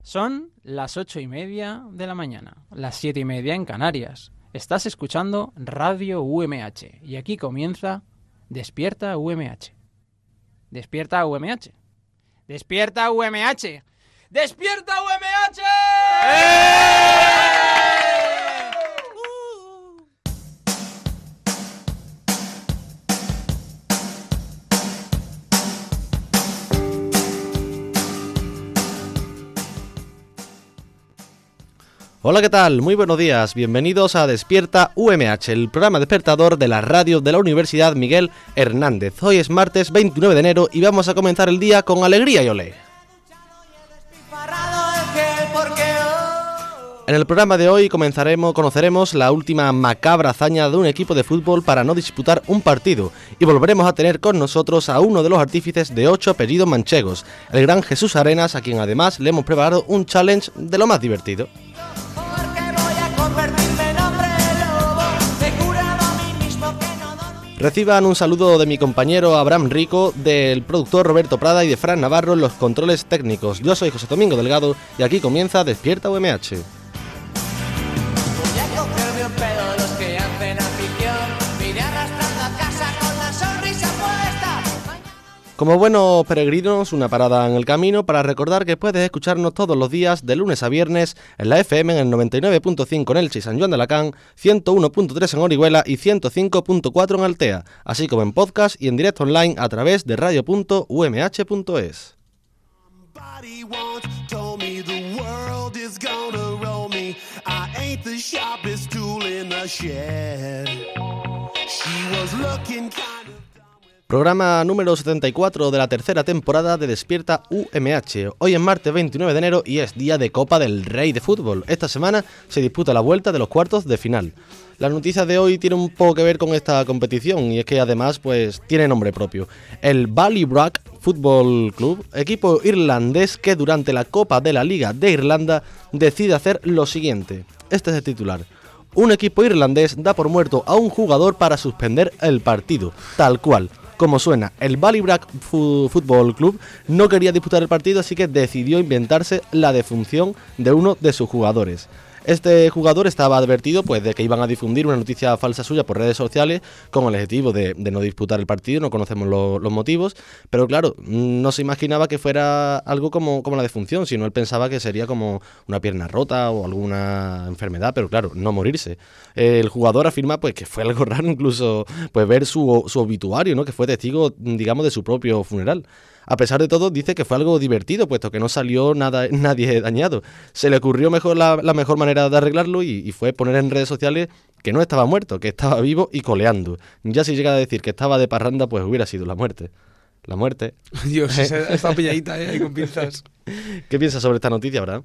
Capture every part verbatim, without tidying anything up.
Son las ocho y media de la mañana, las siete y media en Canarias. Estás escuchando Radio U M H y aquí comienza Despierta U M H. Despierta U M H. Despierta U M H. Despierta U M H. ¡Eh! Hola, ¿qué tal? Muy buenos días. Bienvenidos a Despierta U M H, el programa despertador de la radio de la Universidad Miguel Hernández. Hoy es martes veintinueve de enero y vamos a comenzar el día con alegría y olé. En el programa de hoy comenzaremos, conoceremos la última macabra hazaña de un equipo de fútbol para no disputar un partido y volveremos a tener con nosotros a uno de los artífices de ocho apellidos manchegos, el gran Jesús Arenas, a quien además le hemos preparado un challenge de lo más divertido. Reciban un saludo de mi compañero Abraham Rico, del productor Roberto Prada y de Fran Navarro en los controles técnicos. Yo soy José Domingo Delgado y aquí comienza Despierta U M H. Como buenos peregrinos, una parada en el camino para recordar que puedes escucharnos todos los días de lunes a viernes en la F M en el noventa y nueve punto cinco en Elche y San Juan de Alacant, ciento uno punto tres en Orihuela y ciento cinco punto cuatro en Altea, así como en podcast y en directo online a través de radio punto u m h punto es. Programa número setenta y cuatro de la tercera temporada de Despierta U M H. Hoy es martes veintinueve de enero y es día de Copa del Rey de fútbol. Esta semana se disputa la vuelta de los cuartos de final. Las noticias de hoy tienen un poco que ver con esta competición y es que además pues tiene nombre propio. El Ballybrack Football Club, equipo irlandés que durante la Copa de la Liga de Irlanda decide hacer lo siguiente. Este es el titular. Un equipo irlandés da por muerto a un jugador para suspender el partido, tal cual. Como suena, el Ballybrack Football Club no quería disputar el partido, así que decidió inventarse la defunción de uno de sus jugadores. Este jugador estaba advertido pues de que iban a difundir una noticia falsa suya por redes sociales con el objetivo de, de no disputar el partido, no conocemos lo, los motivos, pero claro, no se imaginaba que fuera algo como, como la defunción, sino él pensaba que sería como una pierna rota o alguna enfermedad, pero claro, no morirse. El jugador afirma pues que fue algo raro incluso pues ver su, su obituario, ¿no? Que fue testigo, digamos, de su propio funeral. A pesar de todo, dice que fue algo divertido, puesto que no salió nada, nadie dañado. Se le ocurrió mejor la, la mejor manera de arreglarlo y, y fue poner en redes sociales que no estaba muerto, que estaba vivo y coleando. Ya si llega a decir que estaba de parranda, pues hubiera sido la muerte. La muerte. Dios, esta pilladita, ¿eh? Ahí con pinzas. ¿Qué piensas sobre esta noticia, Abraham?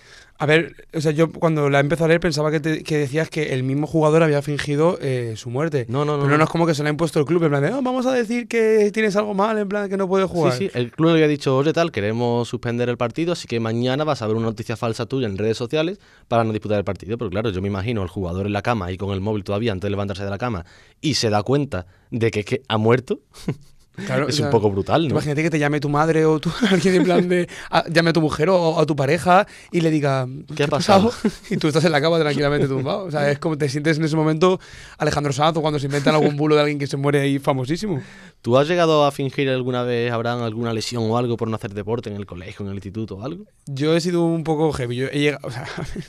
A ver, o sea, yo cuando la empecé a leer pensaba que, te, que decías que el mismo jugador había fingido eh, su muerte. No, no, no. Pero no es como que se le ha impuesto el club, en plan de, oh, vamos a decir que tienes algo mal, en plan que no puedes jugar. Sí, sí, el club le había dicho, oye, tal, queremos suspender el partido, así que mañana vas a ver una noticia falsa tuya en redes sociales para no disputar el partido. Pero claro, yo me imagino al jugador en la cama y con el móvil todavía antes de levantarse de la cama y se da cuenta de que, que ha muerto. Claro, es o sea, un poco brutal, ¿no? Imagínate que te llame tu madre o tu, alguien en plan de... A, llame a tu mujer o a tu pareja y le diga... ¿Qué ha pasado? Y tú estás en la cama tranquilamente tumbado. O sea, es como te sientes en ese momento Alejandro Sanz o cuando se inventan algún bulo de alguien que se muere ahí famosísimo. ¿Tú has llegado a fingir alguna vez, Abraham, alguna lesión o algo por no hacer deporte en el colegio, en el instituto o algo? Yo he sido un poco heavy. Yo he llegado, o sea,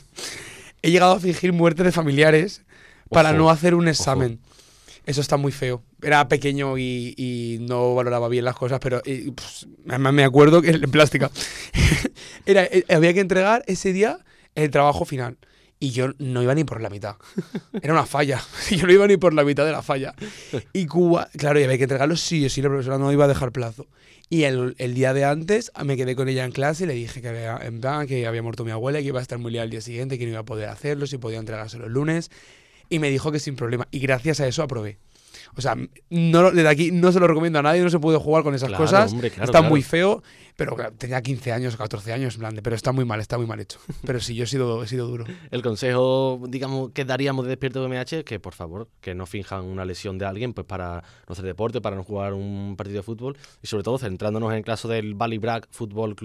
he llegado a fingir muerte de familiares para Ojo, no hacer un examen. ojo. Eso está muy feo. Era pequeño y, y no valoraba bien las cosas, pero y, pues, además me acuerdo que en plástica era, eh, había que entregar ese día el trabajo final. Y yo no iba ni por la mitad. Era una falla. Yo no iba ni por la mitad de la falla. Y Cuba, claro, y había que entregarlo sí o sí, la profesora no iba a dejar plazo. Y el, el día de antes me quedé con ella en clase y le dije que había, en plan, que había muerto mi abuela y que iba a estar muy liada al día siguiente, que no iba a poder hacerlo, si podía entregárselo el lunes. Y me dijo que sin problema. Y gracias a eso aprobé. O sea, no, desde aquí no se lo recomiendo a nadie, no se puede jugar con esas claro, cosas. Hombre, claro, está claro. muy feo, pero claro, tenía quince años, catorce años, en plan de, pero está muy mal, está muy mal hecho. Pero sí, yo he sido, he sido duro. El consejo, digamos, que daríamos de Despierta U M H es que, por favor, que no finjan una lesión de alguien pues para no hacer deporte, para no jugar un partido de fútbol y sobre todo centrándonos en el caso del Ballybrack Football Club,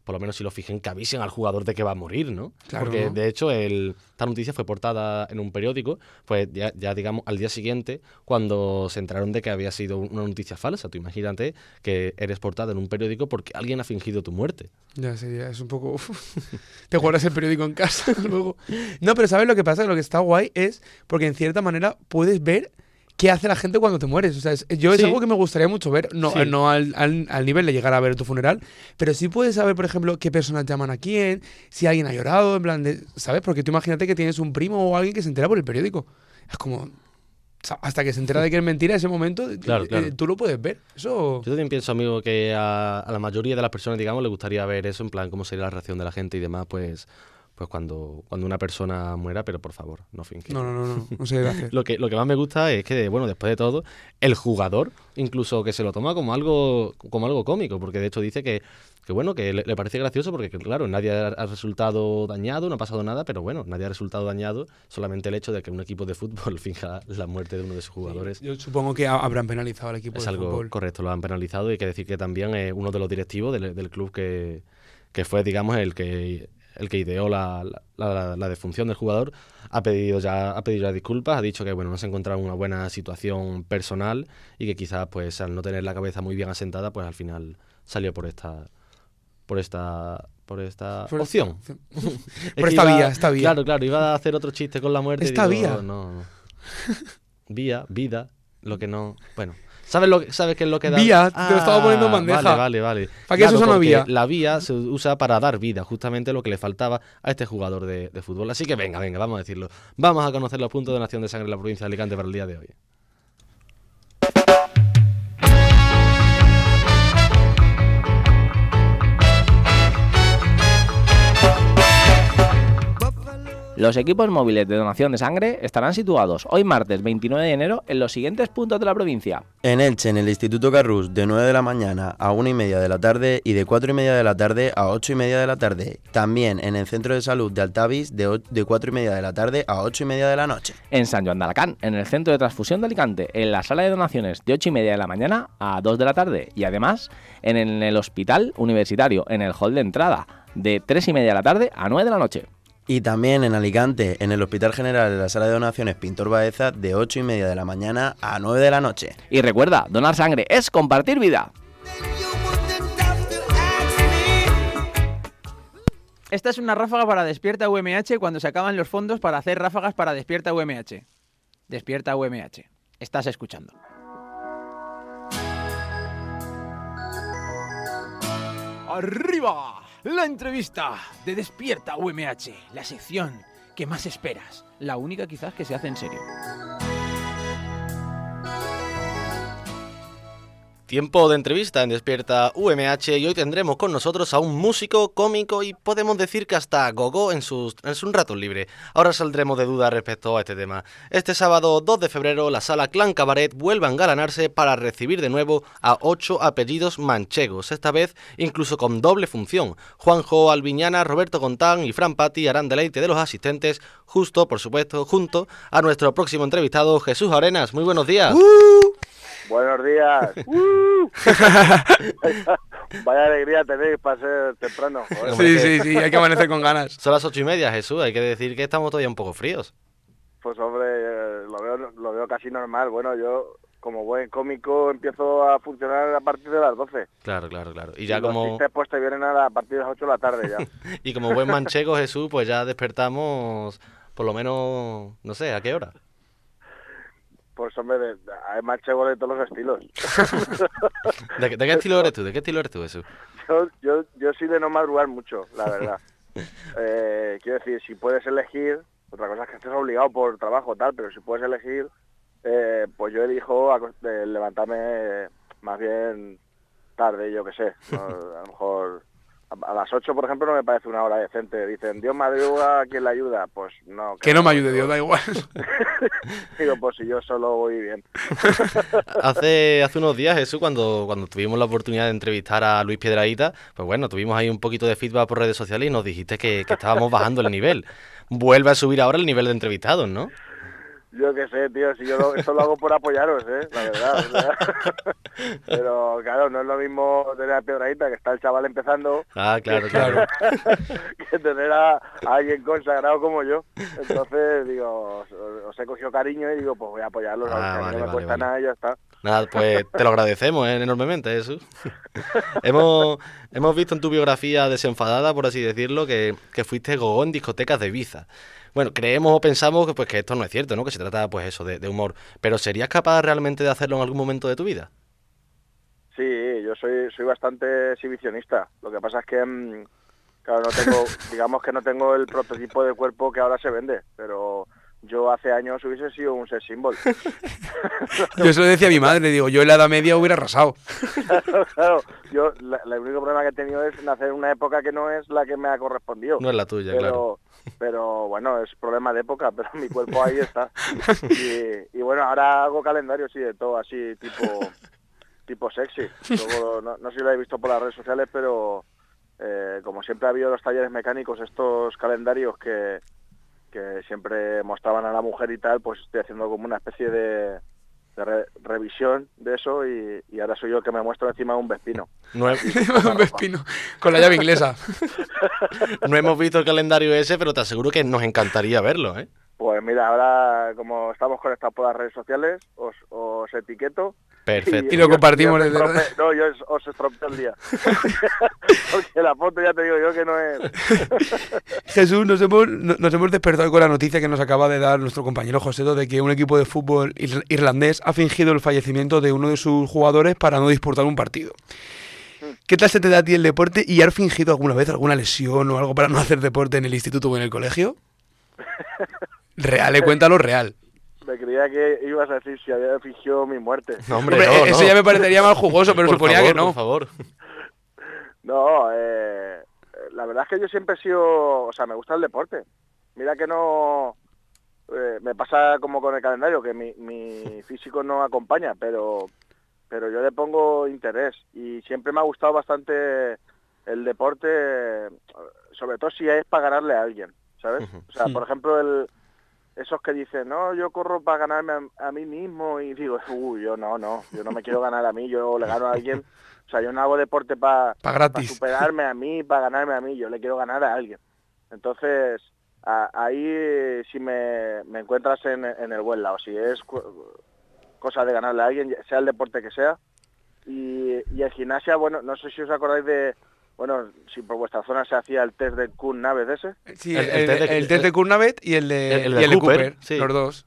por lo menos si lo fijen, que avisen al jugador de que va a morir, ¿no? Claro, Porque, ¿no? de hecho, el, esta noticia fue portada en un periódico, pues ya, ya, digamos, al día siguiente, cuando se enteraron de que había sido una noticia falsa. Tú imagínate que eres portada en un periódico porque alguien ha fingido tu muerte. Ya sería, es un poco... Te guardas el periódico en casa luego. No, pero ¿sabes lo que pasa? Lo que está guay es porque en cierta manera puedes ver qué hace la gente cuando te mueres. O sea, es, yo es Sí. algo que me gustaría mucho ver, no, Sí. no al, al, al nivel de llegar a ver tu funeral, pero sí puedes saber, por ejemplo, qué personas llaman a quién, si alguien ha llorado, en plan de... ¿Sabes? Porque tú imagínate que tienes un primo o alguien que se entera por el periódico. Es como... Hasta que se entera de que es mentira ese momento, Claro, eh, claro. tú lo puedes ver. Eso... Yo también pienso, amigo, que a, a la mayoría de las personas, digamos, le gustaría ver eso, en plan, cómo sería la reacción de la gente y demás, pues, pues cuando, cuando una persona muera, pero por favor, no finges. No, no, no, no, no se debe hacer. Lo que, lo que más me gusta es que, bueno, después de todo, el jugador, incluso que se lo toma como algo, como algo cómico, porque de hecho dice que, que bueno, que le, le parece gracioso porque, que, claro, nadie ha, ha resultado dañado, no ha pasado nada, pero bueno, nadie ha resultado dañado, solamente el hecho de que un equipo de fútbol finja la muerte de uno de sus jugadores. Yo supongo que ha- habrán penalizado al equipo Es de algo fútbol. correcto, lo han penalizado y hay que decir que también es uno de los directivos del, del club que, que fue, digamos, el que el que ideó la, la, la, la defunción del jugador, ha pedido ya ha pedido ya disculpas, ha dicho que bueno, no se encontraba en una buena situación personal y que quizás pues al no tener la cabeza muy bien asentada, pues al final salió por esta por esta por esta Por opción. esta- Es Por que esta iba- vía, esta vía. Claro, claro, iba a hacer otro chiste con la muerte. y Esta digo, vía. No, no. Vía, vida, lo que no. Bueno, ¿sabes lo que, sabes qué es lo que da? Vía, te lo estaba poniendo en bandeja. Vale, vale, vale. ¿Para qué se usa una porque vía? La vía se usa para dar vida, justamente lo que le faltaba a este jugador de, de fútbol. Así que venga, venga, vamos a decirlo. Vamos a conocer los puntos de donación de sangre en la provincia de Alicante para el día de hoy. Los equipos móviles de donación de sangre estarán situados hoy martes veintinueve de enero en los siguientes puntos de la provincia. En Elche, en el Instituto Carrús, de nueve de la mañana a una y media de la tarde y de cuatro y media de la tarde a ocho y media de la tarde. También en el Centro de Salud de Altavis, de, o- de cuatro y media de la tarde a ocho y media de la noche. En San Joan de Alacant, en el Centro de Transfusión de Alicante, en la sala de donaciones de ocho y media de la mañana a dos de la tarde. Y además en el Hospital Universitario, en el hall de entrada, de tres y media de la tarde a nueve de la noche. Y también en Alicante, en el Hospital General de la Sala de Donaciones Pintor Baeza, de ocho y media de la mañana a nueve de la noche. Y recuerda, donar sangre es compartir vida. Esta es una ráfaga para Despierta U M H cuando se acaban los fondos para hacer ráfagas para Despierta U M H. Despierta U M H. Estás escuchando. ¡Arriba! La entrevista de Despierta U M H. La sección que más esperas. La única quizás que se hace en serio. Tiempo de entrevista en Despierta U M H y hoy tendremos con nosotros a un músico, cómico y podemos decir que hasta gogo en sus, en sus ratos libres. Ahora saldremos de duda respecto a este tema. Este sábado dos de febrero la sala Clan Cabaret vuelve a engalanarse para recibir de nuevo a ocho apellidos manchegos, esta vez incluso con doble función. Juanjo Albiñana, Roberto Gontán y Fran Patti harán deleite de los asistentes, justo, por supuesto, junto a nuestro próximo entrevistado Jesús Arenas. Muy buenos días. ¡Uh! Buenos días. ¡Uh! Vaya alegría tenéis para ser temprano. Joder. Sí, sí, sí, hay que amanecer con ganas. Son las ocho y media, Jesús. Hay que decir que estamos todavía un poco fríos. Pues hombre, eh, lo veo, lo veo casi normal. Bueno, yo como buen cómico empiezo a funcionar a partir de las doce. Claro, claro, claro. Y ya Los como chistes pues te vienen a, la- a partir de las ocho de la tarde ya. y como buen manchego, Jesús, pues ya despertamos por lo menos, no sé, ¿a qué hora? Pues hombre, de- hay manchegos de todos los estilos. ¿De, qué- de qué estilo eres tú? ¿De qué estilo eres tú, Jesús? yo, yo, yo soy de no madrugar mucho, la verdad. Eh, quiero decir, si puedes elegir, otra cosa es que estés obligado por trabajo tal, pero si puedes elegir, eh, pues yo elijo acos- eh, levantarme más bien tarde, yo qué sé. ¿no? A lo mejor a, a las ocho, por ejemplo, no me parece una hora decente. Dicen, Dios madruga, ¿quién le ayuda? Pues no. Que no me ayude Dios, da igual. Digo, pues si yo solo voy bien. Hace, hace unos días, Jesús, cuando, cuando tuvimos la oportunidad de entrevistar a Luis Piedradita, pues bueno, tuvimos ahí un poquito de feedback por redes sociales y nos dijiste que, que estábamos bajando el nivel. Vuelve a subir ahora el nivel de entrevistados, ¿no? Yo qué sé, tío, si yo lo, esto lo hago por apoyaros, ¿eh? La verdad. O sea, pero claro, no es lo mismo tener a Piedradita, que está el chaval empezando, Ah, claro, claro. que tener a, a alguien consagrado como yo. Entonces, digo, os, os he cogido cariño y digo, pues voy a apoyarlos, Ah, a mí vale, no me vale, cuesta vale. nada y ya está. Nada, pues te lo agradecemos eh, enormemente, Jesús. hemos, hemos visto en tu biografía desenfadada, por así decirlo, que, que fuiste gogó en discotecas de Ibiza. Bueno, creemos o pensamos que, pues, que esto no es cierto, ¿no? Que se trata, pues eso, de, de humor. Pero ¿serías capaz realmente de hacerlo en algún momento de tu vida? Sí, yo soy soy bastante exhibicionista. Lo que pasa es que, mm, claro, no tengo, digamos que no tengo el prototipo de cuerpo que ahora se vende, pero yo hace años hubiese sido un sex symbol. Yo eso lo decía a mi madre, digo, yo en la edad media hubiera arrasado. Claro, claro. Yo, la- el único problema que he tenido es nacer en una época que no es la que me ha correspondido. No es la tuya, pero, claro. pero bueno, es problema de época, pero mi cuerpo ahí está. Y, y bueno, ahora hago calendario, sí, de todo, así, tipo tipo sexy. Luego, no, no sé si lo habéis visto por las redes sociales, pero eh, como siempre ha habido los talleres mecánicos, estos calendarios que, que siempre mostraban a la mujer y tal, pues estoy haciendo como una especie de, de re- revisión de eso y, y ahora soy yo el que me muestro encima de un vespino. No, he- Un Vespino, con la llave inglesa. no hemos visto el calendario ese, pero te aseguro que nos encantaría verlo, ¿eh? Pues mira, ahora como estamos conectados por las redes sociales, os, os etiqueto. Perfecto. Y lo compartimos os desde- estrope- No, yo os, os estropeo el día. Porque la foto ya te digo yo que no es... Jesús, nos hemos, no- nos hemos despertado con la noticia que nos acaba de dar nuestro compañero Josedo de que un equipo de fútbol ir- irlandés ha fingido el fallecimiento de uno de sus jugadores para no disputar un partido. ¿Qué tal se te da a ti el deporte y has fingido alguna vez alguna lesión o algo para no hacer deporte en el instituto o en el colegio? Real, eh, cuéntalo real. Me creía que ibas a decir si había fingido mi muerte. No, hombre, Hombre, no, eso no. ya me parecería más jugoso, pero Por suponía favor, que no. Por favor. No, eh, la verdad es que yo siempre he sido... O sea, me gusta el deporte. Mira que no... eh, me pasa como con el calendario, que mi, mi físico no acompaña, pero, pero yo le pongo interés. Y siempre me ha gustado bastante el deporte, sobre todo si es para ganarle a alguien, ¿sabes? O sea, por ejemplo, el... esos que dicen, no, yo corro para ganarme a, a mí mismo, y digo, uy, yo no, no, yo no me quiero ganar a mí, yo le gano a alguien. O sea, yo no hago deporte para Pa' gratis. superarme a mí, para ganarme a mí, yo le quiero ganar a alguien. Entonces, a- ahí si me, me encuentras en, en el buen lado, si es cu- cosa de ganarle a alguien, sea el deporte que sea. Y, y en gimnasia, bueno, no sé si os acordáis de... Bueno, si por vuestra zona se hacía el test de Kuhn Naves ese. Sí, El- el, el test de- el test de Kurnavet y el de, el- el y de el de Cooper, Cooper, sí. los dos.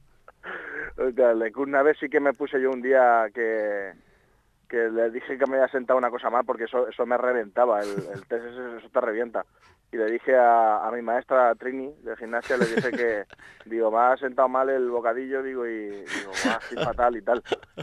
O sea, el de Kuhn Naves sí que me puse yo un día que, que le dije que me había sentado una cosa mal porque eso eso me reventaba, el, el test ese, eso te revienta. Y le dije a, a mi maestra Trini de gimnasia, le dije que, digo, me ha sentado mal el bocadillo, digo, y digo, va, estoy fatal y tal.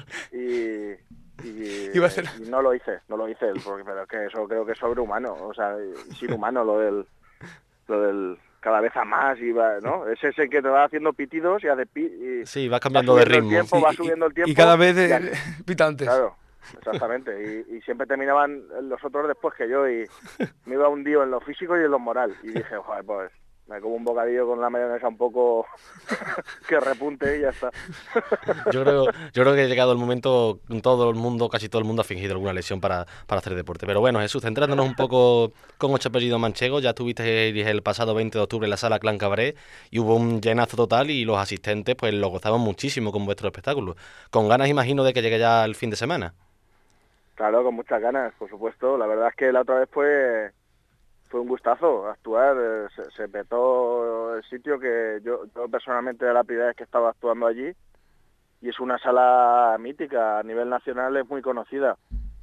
Y, y, Iba a ser- y no lo hice, no lo hice, porque, pero es que eso creo que es sobrehumano, o sea, es inhumano lo del, lo del cada vez a más, y va, ¿no? Es ese que te va haciendo pitidos y hace pi y Sí, vas va cambiando de subiendo el ritmo. tiempo, Sí, va y- subiendo el tiempo. Y cada vez y eh, al- pita antes. Claro, exactamente. Y, y siempre terminaban los otros después que yo y me iba hundido en lo físico y en lo moral. Y dije, joder, pues me como un bocadillo con la mayonesa un poco que repunte y ya está. Yo creo, yo creo que ha llegado el momento, todo el mundo, casi todo el mundo ha fingido alguna lesión para, para hacer deporte. Pero bueno, Jesús, centrándonos un poco con ocho apellidos manchegos, ya estuviste el pasado veinte de octubre en la sala Clan Cabaret y hubo un llenazo total y los asistentes pues lo gozaban muchísimo con vuestro espectáculo. Con ganas, imagino, de que llegue ya el fin de semana. Claro, con muchas ganas, por supuesto. La verdad es que la otra vez fue fue un gustazo actuar. eh, Se, se petó el sitio que yo, yo personalmente era la primera vez que estaba actuando allí y es una sala mítica, a nivel nacional es muy conocida.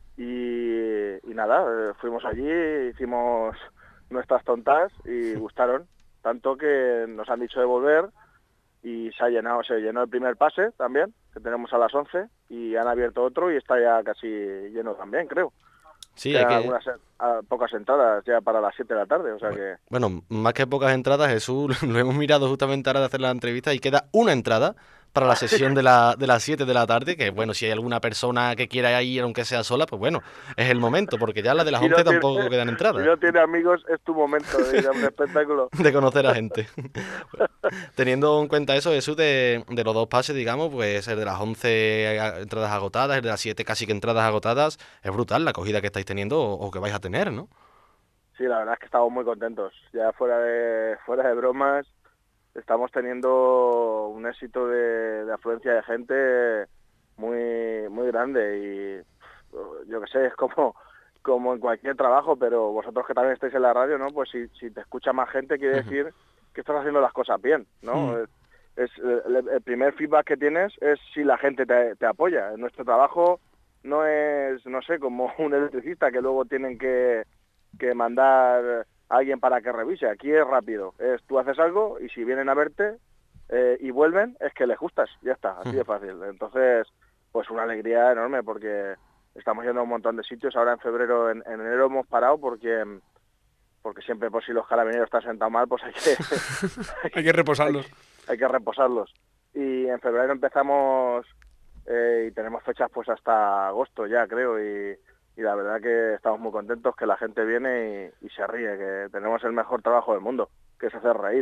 Y, y nada, eh, fuimos allí, hicimos nuestras tontas y gustaron, tanto que nos han dicho de volver y se ha llenado, se llenó el primer pase también, que tenemos a las once, y han abierto otro y está ya casi lleno también, creo. Sí, hay Quedan que... algunas eh, a- pocas entradas ya para las siete de la tarde, o sea que... Bueno, más que pocas entradas, Jesús, lo hemos mirado justamente ahora de hacer la entrevista y queda una entrada para la sesión de, la, de las siete de la tarde, que bueno, si hay alguna persona que quiera ir, aunque sea sola, pues bueno, es el momento, porque ya las de las Si once no tiene- tampoco quedan Si entradas. no tiene amigos, es tu momento de ir a un espectáculo. De conocer a gente. Teniendo en cuenta eso, Jesús, de, de los dos pases, digamos, pues el de las once entradas agotadas, el de las siete casi que entradas agotadas, es brutal la acogida que estáis teniendo o, o que vais a tener, ¿no? Sí, la verdad es que estamos muy contentos. Ya fuera de fuera de bromas, estamos teniendo un éxito de, de afluencia de gente muy muy grande y yo qué sé, es como como en cualquier trabajo, pero vosotros que también estáis en la radio, ¿no? Pues si, si te escucha más gente quiere decir que estás haciendo las cosas bien, ¿no? Mm. Es, es el, el primer feedback que tienes es si la gente te, te apoya. En nuestro trabajo no es, no sé, como un electricista que luego tienen que, que mandar a alguien para que revise. Aquí es rápido. Es tú haces algo y si vienen a verte eh, y vuelven, es que les gustas. Ya está, así de fácil. Entonces, pues una alegría enorme porque estamos yendo a un montón de sitios. Ahora en febrero, en, en enero hemos parado porque porque siempre por si los carabineros están sentados mal, pues hay que Hay que reposarlos. hay, hay que reposarlos. Y en febrero empezamos eh, y tenemos fechas pues hasta agosto ya, creo, y, y la verdad que estamos muy contentos que la gente viene y, y se ríe, que tenemos el mejor trabajo del mundo, que es hacer reír.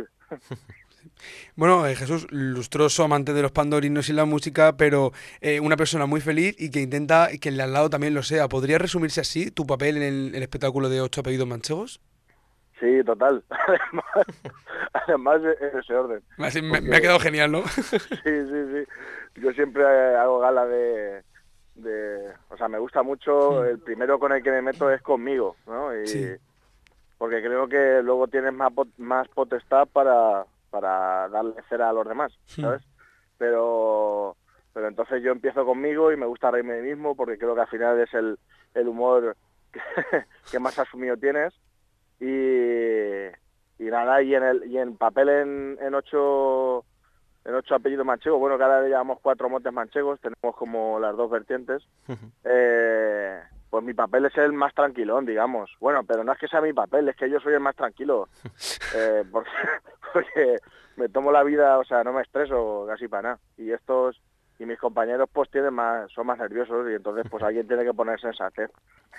Bueno, eh, Jesús, lustroso, amante de los pandorinos y la música, pero eh, una persona muy feliz y que intenta que el de al lado también lo sea. ¿Podría resumirse así tu papel en el, el espectáculo de Ocho apellidos manchegos? Sí, total. Además, además en ese orden. Me, me- Porque- me ha quedado genial, ¿no? Sí, sí, sí. Yo siempre hago gala de, de... O sea, me gusta mucho, el primero con el que me meto es conmigo, ¿no? Y, Sí. Porque creo que luego tienes más, pot- más potestad para, para darle cera a los demás, ¿sabes? Pero, pero entonces yo empiezo conmigo y me gusta reírme de mí mismo porque creo que al final es el, el humor que, que más asumido tienes. Y, y nada, y en el y en papel en, en ocho en ocho apellidos manchegos, bueno, cada vez llevamos cuatro motes manchegos, tenemos como las dos vertientes, eh, pues mi papel es el más tranquilón, digamos. Bueno, pero no es que sea mi papel, es que yo soy el más tranquilo, eh, porque, porque me tomo la vida, o sea, no me estreso casi para nada. Y estos y mis compañeros pues tienen más, son más nerviosos y entonces pues alguien tiene que poner sensatez.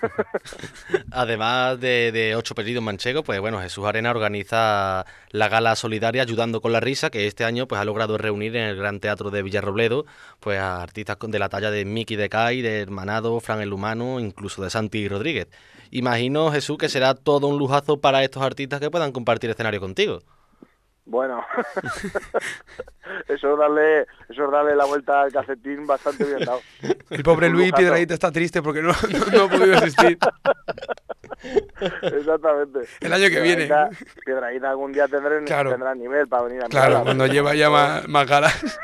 Además de, de Ocho apellidos manchegos, pues bueno, Jesús Arena organiza la gala solidaria Ayudando con la Risa, que este año pues ha logrado reunir en el Gran Teatro de Villarrobledo pues a artistas con- de la talla de Miki de Kai, de Hermanado, Fran el Humano, incluso de Santi Rodríguez. Imagino, Jesús, que será todo un lujazo para estos artistas que puedan compartir escenario contigo. Bueno, eso es darle, eso es darle la vuelta al calcetín bastante bien dado. El pobre Un Luis lujazo. Piedradita está triste porque no, no, no ha podido asistir. Exactamente. El año que viene. Piedrahíta- Piedrahíta algún día tendré, Claro. tendrá nivel para venir a mi Claro, gala, cuando pero- lleva ya más, más galas.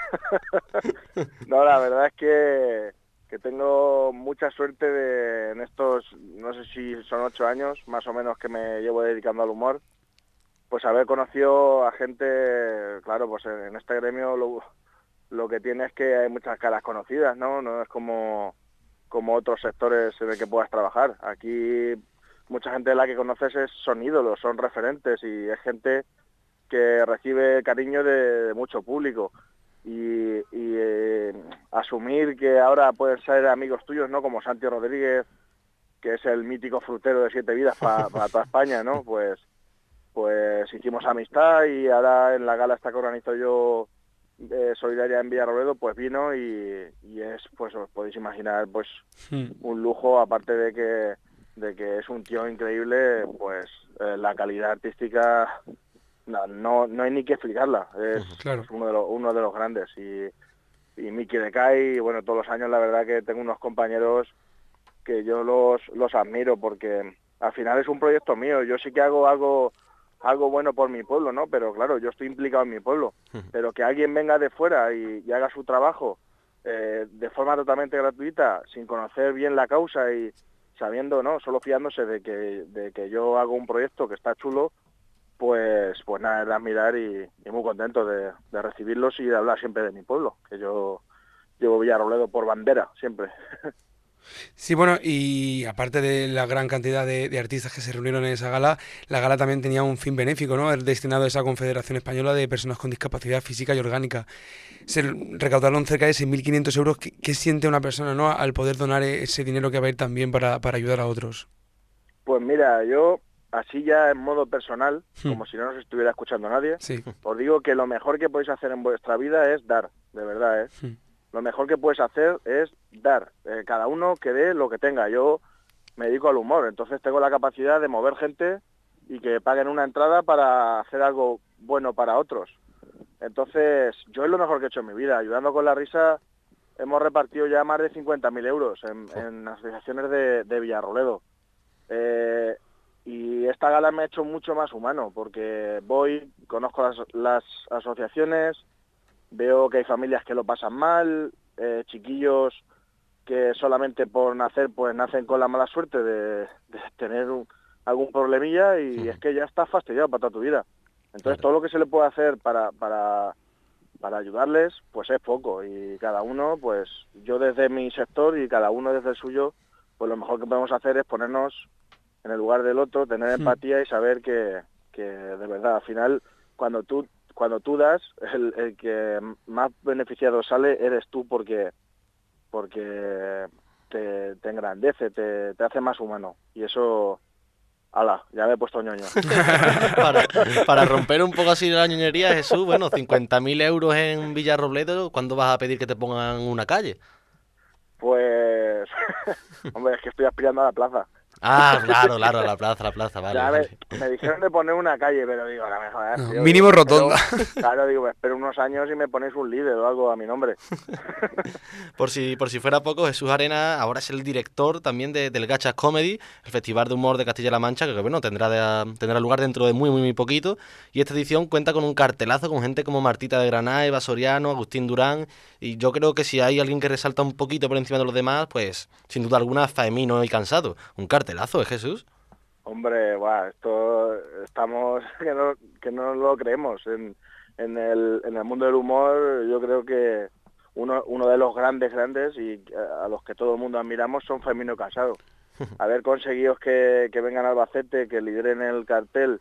No, la verdad es que, que tengo mucha suerte de, en estos, no sé si son ocho años, más o menos, que me llevo dedicando al humor, pues haber conocido a gente, claro, pues en, en este gremio lo, lo que tiene es que hay muchas caras conocidas, ¿no? No es como, como otros sectores en el que puedas trabajar. Aquí mucha gente de la que conoces es, son ídolos, son referentes y es gente que recibe cariño de, de mucho público. Y, y eh, asumir que ahora pueden ser amigos tuyos, ¿no? Como Santi Rodríguez, que es el mítico frutero de Siete Vidas para toda España, ¿no? Pues pues hicimos amistad y ahora en la gala esta que organizo yo eh, solidaria en Villarrobledo, pues vino y, y es, pues os podéis imaginar, pues un lujo, aparte de que de que es un tío increíble, pues eh, la calidad artística no, no no hay ni que explicarla, es, Claro. es uno de los uno de los grandes y y Miki de Kai, bueno, todos los años la verdad que tengo unos compañeros que yo los los admiro porque al final es un proyecto mío, yo sí que hago algo algo bueno por mi pueblo, ¿no? Pero claro, yo estoy implicado en mi pueblo, pero que alguien venga de fuera y, y haga su trabajo eh, de forma totalmente gratuita, sin conocer bien la causa y sabiendo, ¿no? Solo fiándose de que de que yo hago un proyecto que está chulo, pues pues nada, es de admirar y, y muy contento de, de recibirlos y de hablar siempre de mi pueblo, que yo llevo Villarrobledo por bandera, siempre. Sí, bueno, y aparte de la gran cantidad de, de artistas que se reunieron en esa gala, la gala también tenía un fin benéfico, ¿no? Destinado a esa Confederación Española de Personas con Discapacidad Física y Orgánica. Se recaudaron cerca de seis mil quinientos euros. ¿Qué, qué siente una persona, ¿no?, al poder donar ese dinero que va a ir también para, para ayudar a otros? Pues mira, yo así ya en modo personal, Hmm. como si no nos estuviera escuchando nadie, Sí. os digo que lo mejor que podéis hacer en vuestra vida es dar, de verdad, ¿eh? Hmm. Lo mejor que puedes hacer es dar. Eh, cada uno que dé lo que tenga. Yo me dedico al humor, entonces tengo la capacidad de mover gente y que paguen una entrada para hacer algo bueno para otros. Entonces, yo es lo mejor que he hecho en mi vida. Ayudando con la risa, hemos repartido ya más de cincuenta mil euros en, en asociaciones de, de Villarroledo. Eh, y esta gala me ha hecho mucho más humano, porque voy, conozco las, las asociaciones, veo que hay familias que lo pasan mal, eh, chiquillos que solamente por nacer, pues nacen con la mala suerte de, de tener un, algún problemilla y Ujú. es que ya estás fastidiado para toda tu vida. Entonces Claro. todo lo que se le puede hacer para, para, para ayudarles, pues es poco. Y cada uno, pues yo desde mi sector y cada uno desde el suyo, pues lo mejor que podemos hacer es ponernos en el lugar del otro, tener Hmm. empatía y saber que, que de verdad, al final, cuando tú cuando tú das, el, el que más beneficiado sale eres tú, porque porque te, te engrandece, te, te hace más humano. Y eso, ala, ya me he puesto ñoño. para, para romper un poco así la ñoñería, Jesús, bueno, cincuenta mil euros en Villarrobledo, ¿cuándo vas a pedir que te pongan una calle? Pues, hombre, es que estoy aspirando a la plaza. Ah, claro, claro, a la plaza, a la plaza, vale, Ya vale. me, me dijeron de poner una calle, pero digo, no me jodas, No, tío. mínimo Digo, rotonda. espero- claro, digo, me espero unos años y me ponéis un líder o algo a mi nombre. Por si, por si fuera poco, Jesús Arena ahora es el director también de, del Gachas Comedy, el Festival de Humor de Castilla-La Mancha, que bueno, tendrá, de- tendrá lugar dentro de muy, muy, muy poquito. Y esta edición cuenta con un cartelazo con gente como Martita de Granada, Eva Soriano, Agustín Durán. Y yo creo que si hay alguien que resalta un poquito por encima de los demás, pues sin duda alguna, Faemino y Cansado. Un cartelazo, ¿eh, Jesús? Hombre, guau, esto estamos que no, que no lo creemos. En, en, el, en el mundo del humor yo creo que uno, uno de los grandes, grandes y a los que todo el mundo admiramos son Faemino y Cansado. Haber conseguido que, que vengan a Albacete, que lideren el cartel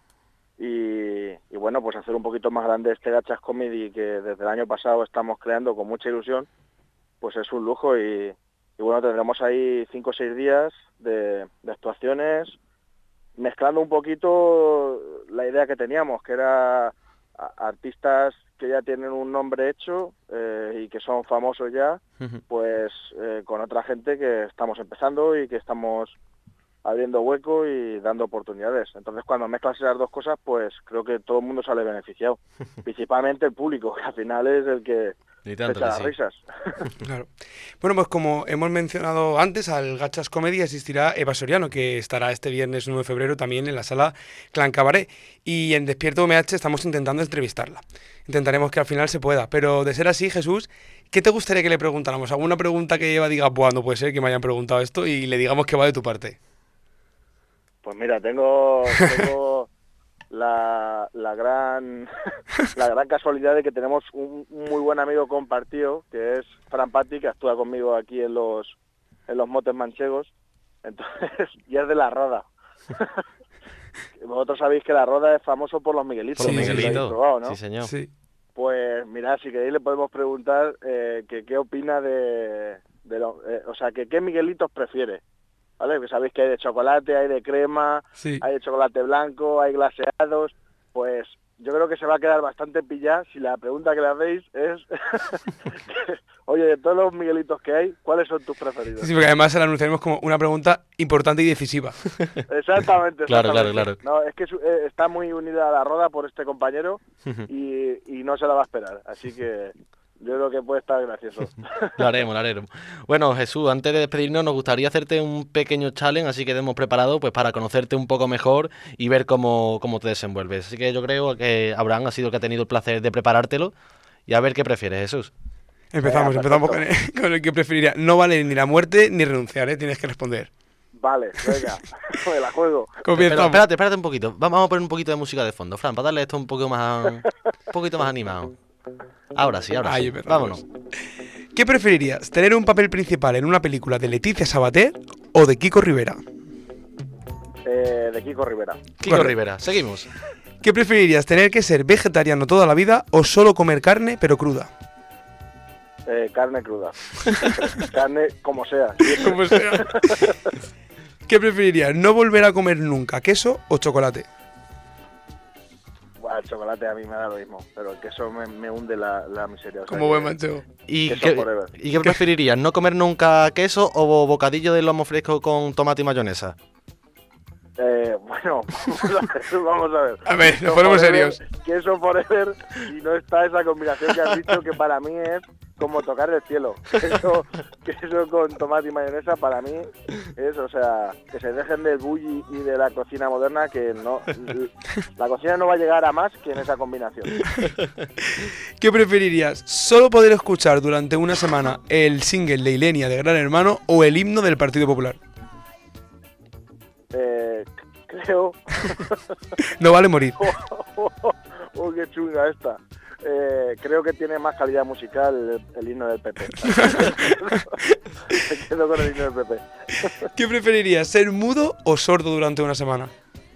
y, y bueno, pues hacer un poquito más grande este Gachas Comedy que desde el año pasado estamos creando con mucha ilusión, pues es un lujo y, y bueno, tendremos ahí cinco o seis días de, de actuaciones, mezclando un poquito la idea que teníamos, que era a- artistas que ya tienen un nombre hecho eh, y que son famosos ya, pues eh, con otra gente que estamos empezando y que estamos abriendo hueco y dando oportunidades. Entonces, cuando mezclas esas dos cosas, pues creo que todo el mundo sale beneficiado. Principalmente el público, que al final es el que Ni se tanto echa que las sí. risas. Claro. Bueno, pues como hemos mencionado antes, al Gachas Comedy asistirá Eva Soriano, que estará este viernes nueve de febrero también en la sala Clan Cabaret. Y en Despierto U M H estamos intentando entrevistarla. Intentaremos que al final se pueda. Pero de ser así, Jesús, ¿qué te gustaría que le preguntáramos? ¿Alguna pregunta que Eva diga, buah, no puede ser que me hayan preguntado esto? Y le digamos que va de tu parte. Pues mira, tengo, tengo la, la gran la gran casualidad de que tenemos un, un muy buen amigo compartido, que es Fran Patti, que actúa conmigo aquí en los en los motes manchegos. Entonces, y es de La Roda. Vosotros sabéis que La Roda es famoso por los Miguelitos. Por los Sí, sí, sí. Lo habéis Miguelitos. probado, ¿no? Sí, señor. Sí. Pues mira, si queréis le podemos preguntar eh, que qué opina de, de lo- eh, o sea, que qué Miguelitos prefiere, ¿vale? Que sabéis que hay de chocolate, hay de crema, Sí. hay de chocolate blanco, hay glaseados, pues yo creo que se va a quedar bastante pillada si la pregunta que le hacéis es, oye, de todos los Miguelitos que hay, ¿cuáles son tus preferidos? Sí, porque además se la anunciaremos como una pregunta importante y decisiva. Exactamente, Claro, claro, exactamente. claro. No, es que su- eh, está muy unida a La Roda por este compañero y, y no se la va a esperar, así que yo creo que puede estar gracioso. Lo haremos, lo haremos. Bueno, Jesús, antes de despedirnos nos gustaría hacerte un pequeño challenge, así que te hemos preparado pues para conocerte un poco mejor y ver cómo, cómo te desenvuelves. Así que yo creo que Abraham ha sido el que ha tenido el placer de preparártelo y a ver qué prefieres, Jesús. Empezamos, Venga, empezamos con perfecto. el, con el que preferiría. No vale ni la muerte ni renunciar, ¿eh? Tienes que responder. Vale, venga, me la juego. Pero Comenzamos. espérate, espérate un poquito. Vamos a poner un poquito de música de fondo, Fran, para darle esto un poco más, un poquito más animado. Ahora sí, ahora Ahí sí. empezamos. Vámonos. ¿Qué preferirías? ¿Tener un papel principal en una película de Leticia Sabater o de Kiko Rivera? Eh, de Kiko Rivera. Kiko Correcto. Rivera, seguimos. ¿Qué preferirías? ¿Tener que ser vegetariano toda la vida o solo comer carne pero cruda? Eh, carne cruda. Carne como sea. Como sea. ¿Qué preferirías? ¿No volver a comer nunca queso o chocolate? Buah, el chocolate a mí me da lo mismo, pero el queso me, me hunde la, la miseria. O sea Como que- buen manchego. ¿Y Queso qué, forever. ¿Y qué preferirías? ¿No comer nunca queso o bocadillo de lomo fresco con tomate y mayonesa? Eh, bueno, vamos a ver. A ver, nos Queso ponemos forever, serios. Queso forever y no está esa combinación que has dicho que para mí es como tocar el cielo. Queso, queso con tomate y mayonesa para mí es, o sea, que se dejen del bulli y de la cocina moderna, que no, la cocina no va a llegar a más que en esa combinación. ¿Qué preferirías? ¿Solo poder escuchar durante una semana el single de Ilenia de Gran Hermano o el himno del Partido Popular? Eh, creo... No vale morir. ¡Oh, qué chunga esta! Eh, creo que tiene más calidad musical el, el himno del P P. Me quedo con el himno del P P. ¿Qué preferirías? ¿Ser mudo o sordo durante una semana?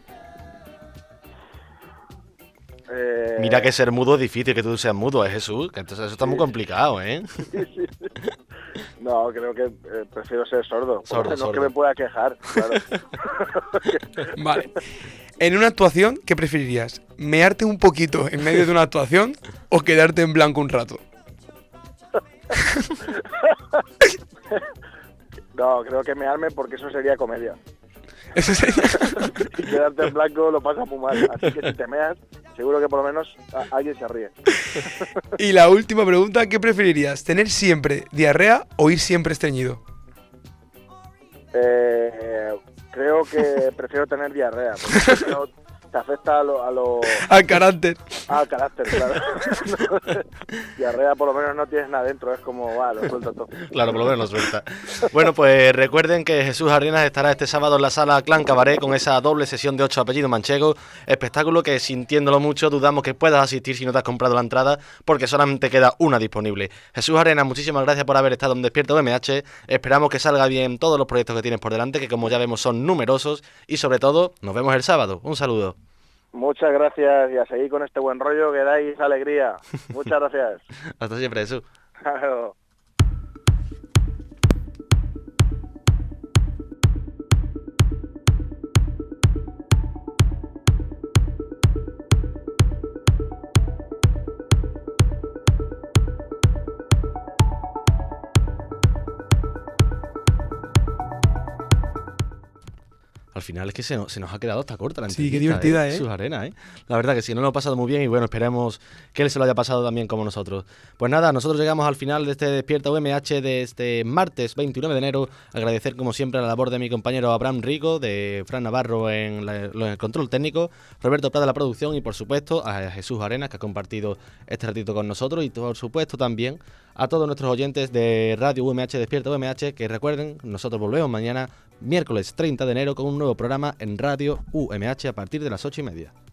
Eh, Mira que ser mudo es difícil que tú seas mudo, ¿eh, Jesús? Que entonces eso está muy complicado, ¿eh? No, creo que eh, prefiero ser sordo. Sordo, porque no es sordo. que me pueda quejar, claro. Vale. En una actuación, ¿qué preferirías? ¿Mearte un poquito en medio de una actuación o quedarte en blanco un rato? No, creo que mearme porque eso sería comedia. Eso sería... Y quedarte en blanco lo pasas muy mal. Así que si te meas, seguro que por lo menos a- alguien se ríe. Y la última pregunta, ¿qué preferirías? ¿Tener siempre diarrea o ir siempre estreñido? Eh, creo que prefiero tener diarrea, porque si no te afecta a lo, a lo Al carácter. al carácter, claro. Diarrea por lo menos no tienes nada dentro, es como, va, lo suelto todo. Claro, por lo menos lo suelta. Bueno, pues recuerden que Jesús Arenas estará este sábado en la sala Clan Cabaret con esa doble sesión de ocho apellidos manchegos. Espectáculo que, sintiéndolo mucho, dudamos que puedas asistir si no te has comprado la entrada, porque solamente queda una disponible. Jesús Arenas, muchísimas gracias por haber estado en Despierta U M H. Esperamos que salga bien todos los proyectos que tienes por delante, que como ya vemos son numerosos. Y sobre todo, nos vemos el sábado. Un saludo. Muchas gracias y a seguir con este buen rollo que dais alegría. Muchas gracias. Hasta siempre, Jesús. Claro. Al final es que se nos, se nos ha quedado hasta corta la Sí, entrevista. qué divertida, ¿eh? Sus Arenas, ¿eh? La verdad que sí, nos lo ha pasado muy bien y bueno, esperemos que él se lo haya pasado también como nosotros. Pues nada, nosotros llegamos al final de este Despierta U M H de este martes veintinueve de enero. Agradecer como siempre la labor de mi compañero Abraham Rico, de Fran Navarro en, la- en el control técnico, Roberto Prada en la producción y por supuesto a Jesús Arenas que ha compartido este ratito con nosotros y por supuesto también a todos nuestros oyentes de Radio U M H, Despierta U M H, que recuerden, nosotros volvemos mañana, miércoles treinta de enero, con un nuevo programa en Radio U M H a partir de las ocho y media.